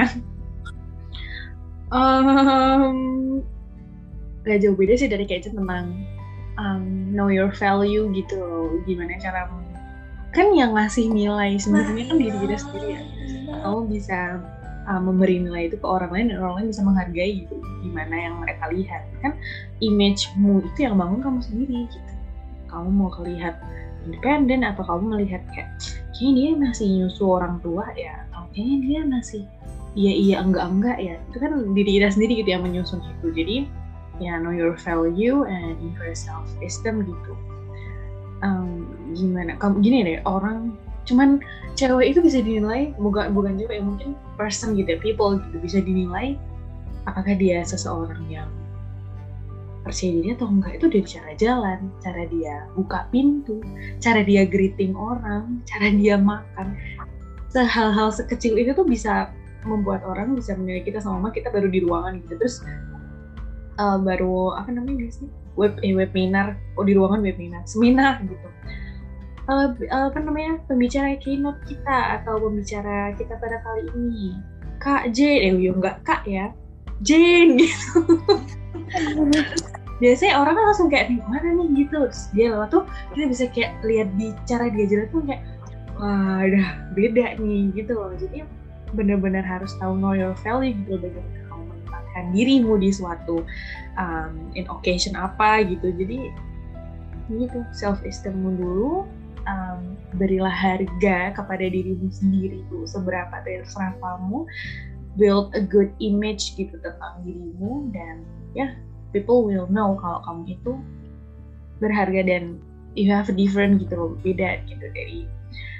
Um, gak jauh beda sih dari kayak tentang um, know your value gitu loh. Gimana cara, kan yang ngasih nilai sebenarnya kan diri kita sendiri ya. Kamu bisa uh, memberi nilai itu ke orang lain dan orang lain bisa menghargai gitu. Gimana yang mereka lihat. Kan image-mu itu yang bangun kamu sendiri gitu. Kamu mau kelihatan independen atau kamu melihat kayak kayaknya dia masih nyusu orang tua ya, atau kayaknya dia masih iya iya enggak enggak ya, itu kan diri kita sendiri gitu yang menyusun itu. Jadi ya know your value and increase self esteem gitu. Um, gimana kamu gini deh, orang cuman cewek itu bisa dinilai, bukan bukan cewek, mungkin person gitu ya, people gitu, bisa dinilai apakah dia seseorang yang percaya diri atau enggak itu dari cara jalan, cara dia buka pintu, cara dia greeting orang, cara dia makan. Hal-hal sekecil itu tuh bisa membuat orang bisa menilai kita sama kita baru di ruangan gitu. Terus uh, baru apa namanya sih? Web eh, webinar, oh di ruangan webinar, seminar gitu. Uh, uh, apa namanya? Pembicara keynote kita atau pembicara kita pada kali ini. Kak J, eh enggak Kak ya. Jane gitu. Biasanya orang kan langsung kayak nih mana nih gitu, terus dia lewat tuh kita bisa kayak lihat di cara dia jalan tuh kayak wah udah beda nih gitu loh. Jadi benar-benar harus tahu know your value gitu, bagaimana kamu menempatkan dirimu di suatu um, in occasion apa gitu. Jadi gitu, self esteemmu dulu, um, berilah harga kepada dirimu sendiri tuh seberapa terserah kamu, build a good image gitu tentang dirimu, dan ya people will know kalau kamu itu berharga dan you have a different gitu loh, beda gitu dari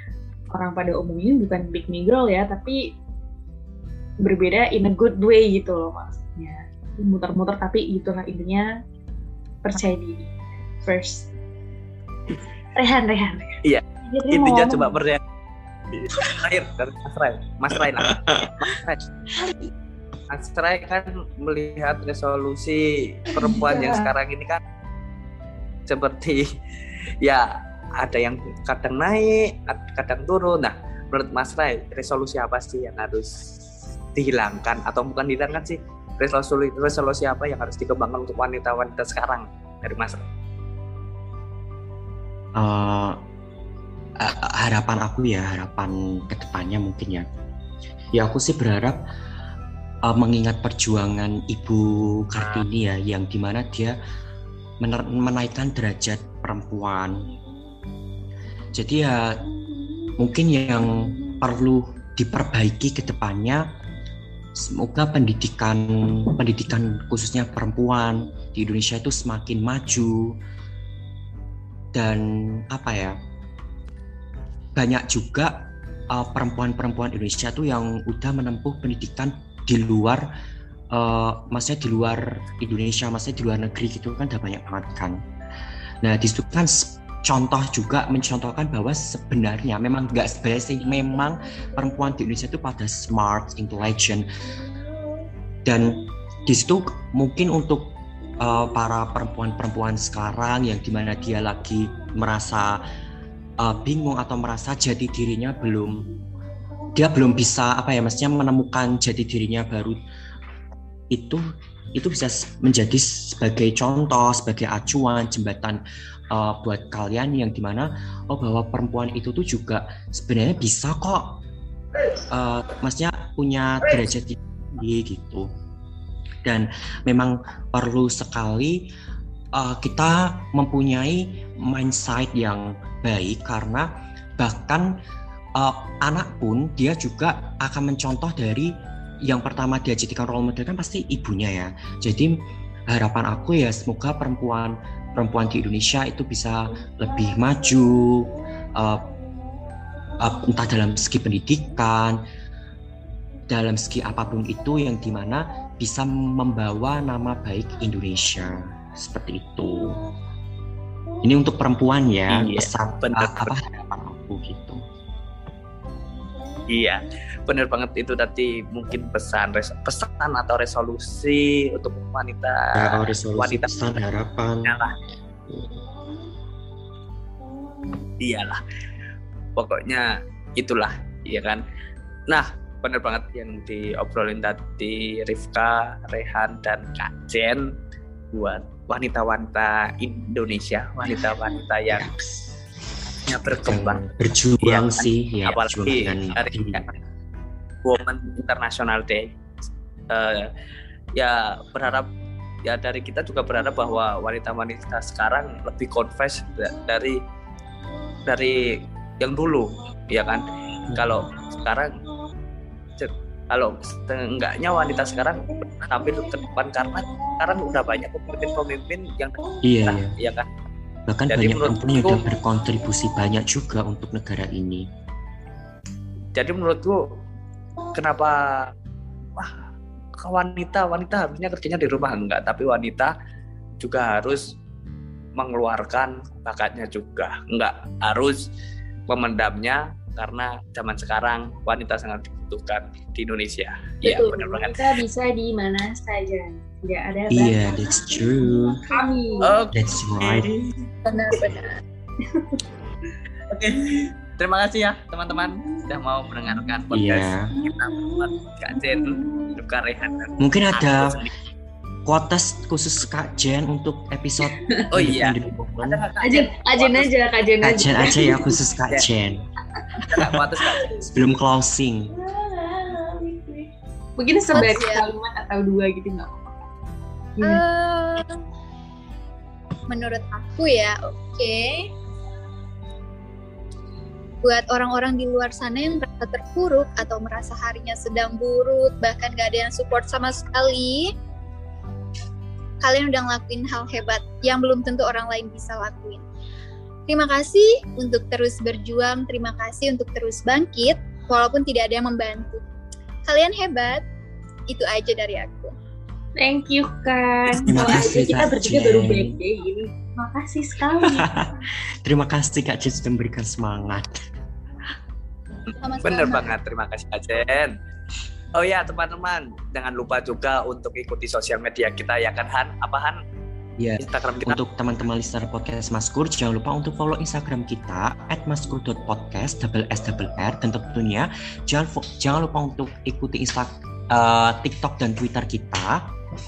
orang pada umumnya bukan pick me girl ya, tapi berbeda in a good way gitu loh maksudnya. Muter-muter tapi itulah intinya, percaya diri first. Rehan, Rehan. Iya. Jadi Intinya mau coba percaya. Terakhir dari Mas Rai. Mas Rai lah. Mas Rai. Mas Rai kan melihat resolusi perempuan yang sekarang ini kan seperti ya ada yang kadang naik, kadang turun. Nah, menurut Mas Rai, resolusi apa sih yang harus dihilangkan atau bukan dihilangkan sih? Resolusi resolusi apa yang harus dikembangkan untuk wanita-wanita sekarang dari Mas Rai? Uh, harapan aku ya, harapan kedepannya mungkin ya. Ya aku sih berharap uh, mengingat perjuangan Ibu Kartini ya, yang dimana dia mener- menaikkan derajat perempuan. Jadi ya mungkin yang perlu diperbaiki ke depannya, semoga pendidikan pendidikan khususnya perempuan di Indonesia itu semakin maju. Dan apa ya, banyak juga uh, perempuan-perempuan Indonesia tuh yang udah menempuh pendidikan di luar uh, maksudnya di luar Indonesia, maksudnya di luar negeri gitu kan, udah banyak banget kan. Nah disitu kan contoh juga mencontohkan bahwa sebenarnya memang nggak sebenarnya sih, memang perempuan di Indonesia itu pada smart, intelligent, dan di situ mungkin untuk uh, para perempuan-perempuan sekarang yang dimana dia lagi merasa uh, bingung atau merasa jati dirinya belum, dia belum bisa apa ya, maksudnya menemukan jati dirinya baru, itu itu bisa menjadi sebagai contoh, sebagai acuan, jembatan uh, buat kalian yang dimana oh bahwa perempuan itu tuh juga sebenarnya bisa kok, uh, maksudnya punya derajat tinggi gitu. Dan memang perlu sekali uh, kita mempunyai mindset yang baik, karena bahkan uh, anak pun dia juga akan mencontoh dari yang pertama dia jadikan role model kan pasti ibunya ya. Jadi harapan aku ya semoga perempuan perempuan di Indonesia itu bisa lebih maju, uh, uh, entah dalam segi pendidikan, dalam segi apapun itu, yang dimana bisa membawa nama baik Indonesia seperti itu. Ini untuk perempuan ya, iya, pesan benar, apa harapan aku gitu. Iya, benar banget itu tadi, mungkin pesan res, pesan atau resolusi untuk wanita, ya, resolusi, wanita pesan, harapan. Iyalah. Iyalah, pokoknya itulah, iya kan. Nah, benar banget yang diobrolin tadi Rifka, Rehan, dan Kak Jen buat wanita-wanita Indonesia, wanita-wanita yang yang berkembang, yang berjuang ya, sih ya, apalagi hari Women International Day. Uh, ya berharap ya dari kita juga berharap bahwa wanita-wanita sekarang lebih confess dari dari yang dulu, ya kan. Hmm. Kalau sekarang kalau seenggaknya wanita sekarang tampil ke depan, karena sekarang udah banyak pemimpin-pemimpin yang iya, nah, iya. ya kan. Bahkan jadi banyak perempuan yang udah berkontribusi banyak juga untuk negara ini. Jadi menurutku kenapa wah wanita wanita harusnya kerjanya di rumah, enggak, tapi wanita juga harus mengeluarkan bakatnya juga, enggak harus memendamnya, karena zaman sekarang wanita sangat dibutuhkan di Indonesia. Iya, benar banget. Kita bisa di mana saja, tidak ada batas. Iya, yeah, that's true. Kami. Okay. That's right. Benar-benar. Oke, okay. Terima kasih ya teman-teman sudah mau mendengarkan podcast yeah. kita buat Kak Jen, Rifka, Rehan. Mungkin ada kuotas khusus Kak Jen untuk episode. Oh iya. Ajen, ajen aja, Kak Jen aja. Kak Jen aja ya, khusus Kak Jen. Sebelum closing. Mungkin sebagai kalimat atau dua gitu nggak? Uh, menurut aku ya, oke. Okay. Buat orang-orang di luar sana yang merasa terpuruk atau merasa harinya sedang buruk, bahkan gak ada yang support sama sekali, kalian udah ngelakuin hal hebat yang belum tentu orang lain bisa lakuin. Terima kasih untuk terus berjuang, terima kasih untuk terus bangkit, walaupun tidak ada yang membantu. Kalian hebat, itu aja dari aku. Thank you, Kak. Terima Kalau kasih, aja kita Kak bertiga Jen. baru birthday ini. Makasih sekali. Terima kasih Kak Jen sudah memberikan semangat. Sama-sama. Bener banget, terima kasih Kak Jen. Oh ya teman-teman, jangan lupa juga untuk ikuti sosial media kita ya kan Han? Apa Han? Ya, Instagram kita. untuk teman-teman listener podcast Maskur, jangan lupa untuk follow Instagram kita at maskur dot podcast double s double r, dan tentunya jangan fo- jangan lupa untuk ikuti Insta, uh, TikTok dan Twitter kita.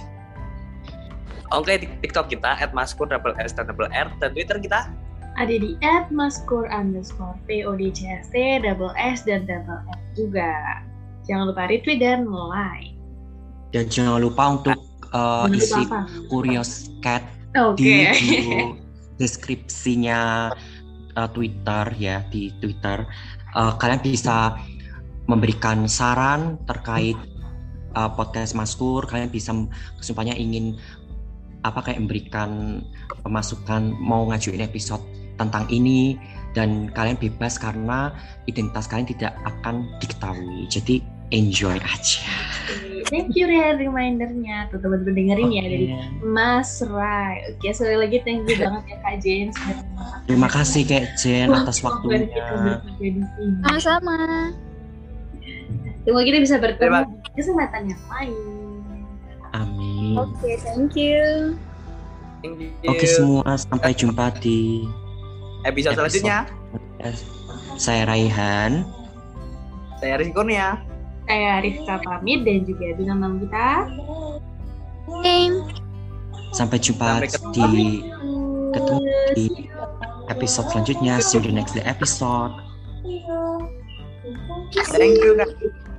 Oke, di TikTok kita at maskur double s double r, dan Twitter kita Ada di at maskur underscore podcast double s dan double f juga. Jangan lupa retweet dan like. Dan jangan lupa untuk uh, Jangan lupa isi apa? Curious Cat Oke. di bio deskripsinya uh, Twitter ya, di Twitter. Uh, kalian bisa memberikan saran terkait uh, podcast Maskur. Kalian bisa kesumpahannya ingin apa kayak memberikan masukan, mau ngajuin episode tentang ini, dan kalian bebas karena identitas kalian tidak akan diketahui. Jadi enjoy aja. Thank you Ren remindernya. Tuh teman-teman dengerin ya dari Mas Rai. Oke, sekali lagi thank you banget ya Kak Jen. Terima kasih Kak Jen atas waktunya. Kita bertiga di sini. Sama-sama. Semoga kita bisa bertemu Terima- di kesempatan yang lain. Amin. Oke, thank you. Thank you. Oke semua, sampai jumpa di episode selanjutnya. Saya Raihan. Saya Rizky Kurnia. Saya Rifka pamit dan juga bintang tamu kita. Aim. Sampai jumpa Sampai ketemu. di ketemu di episode selanjutnya. See you the next episode. Thank you Kak.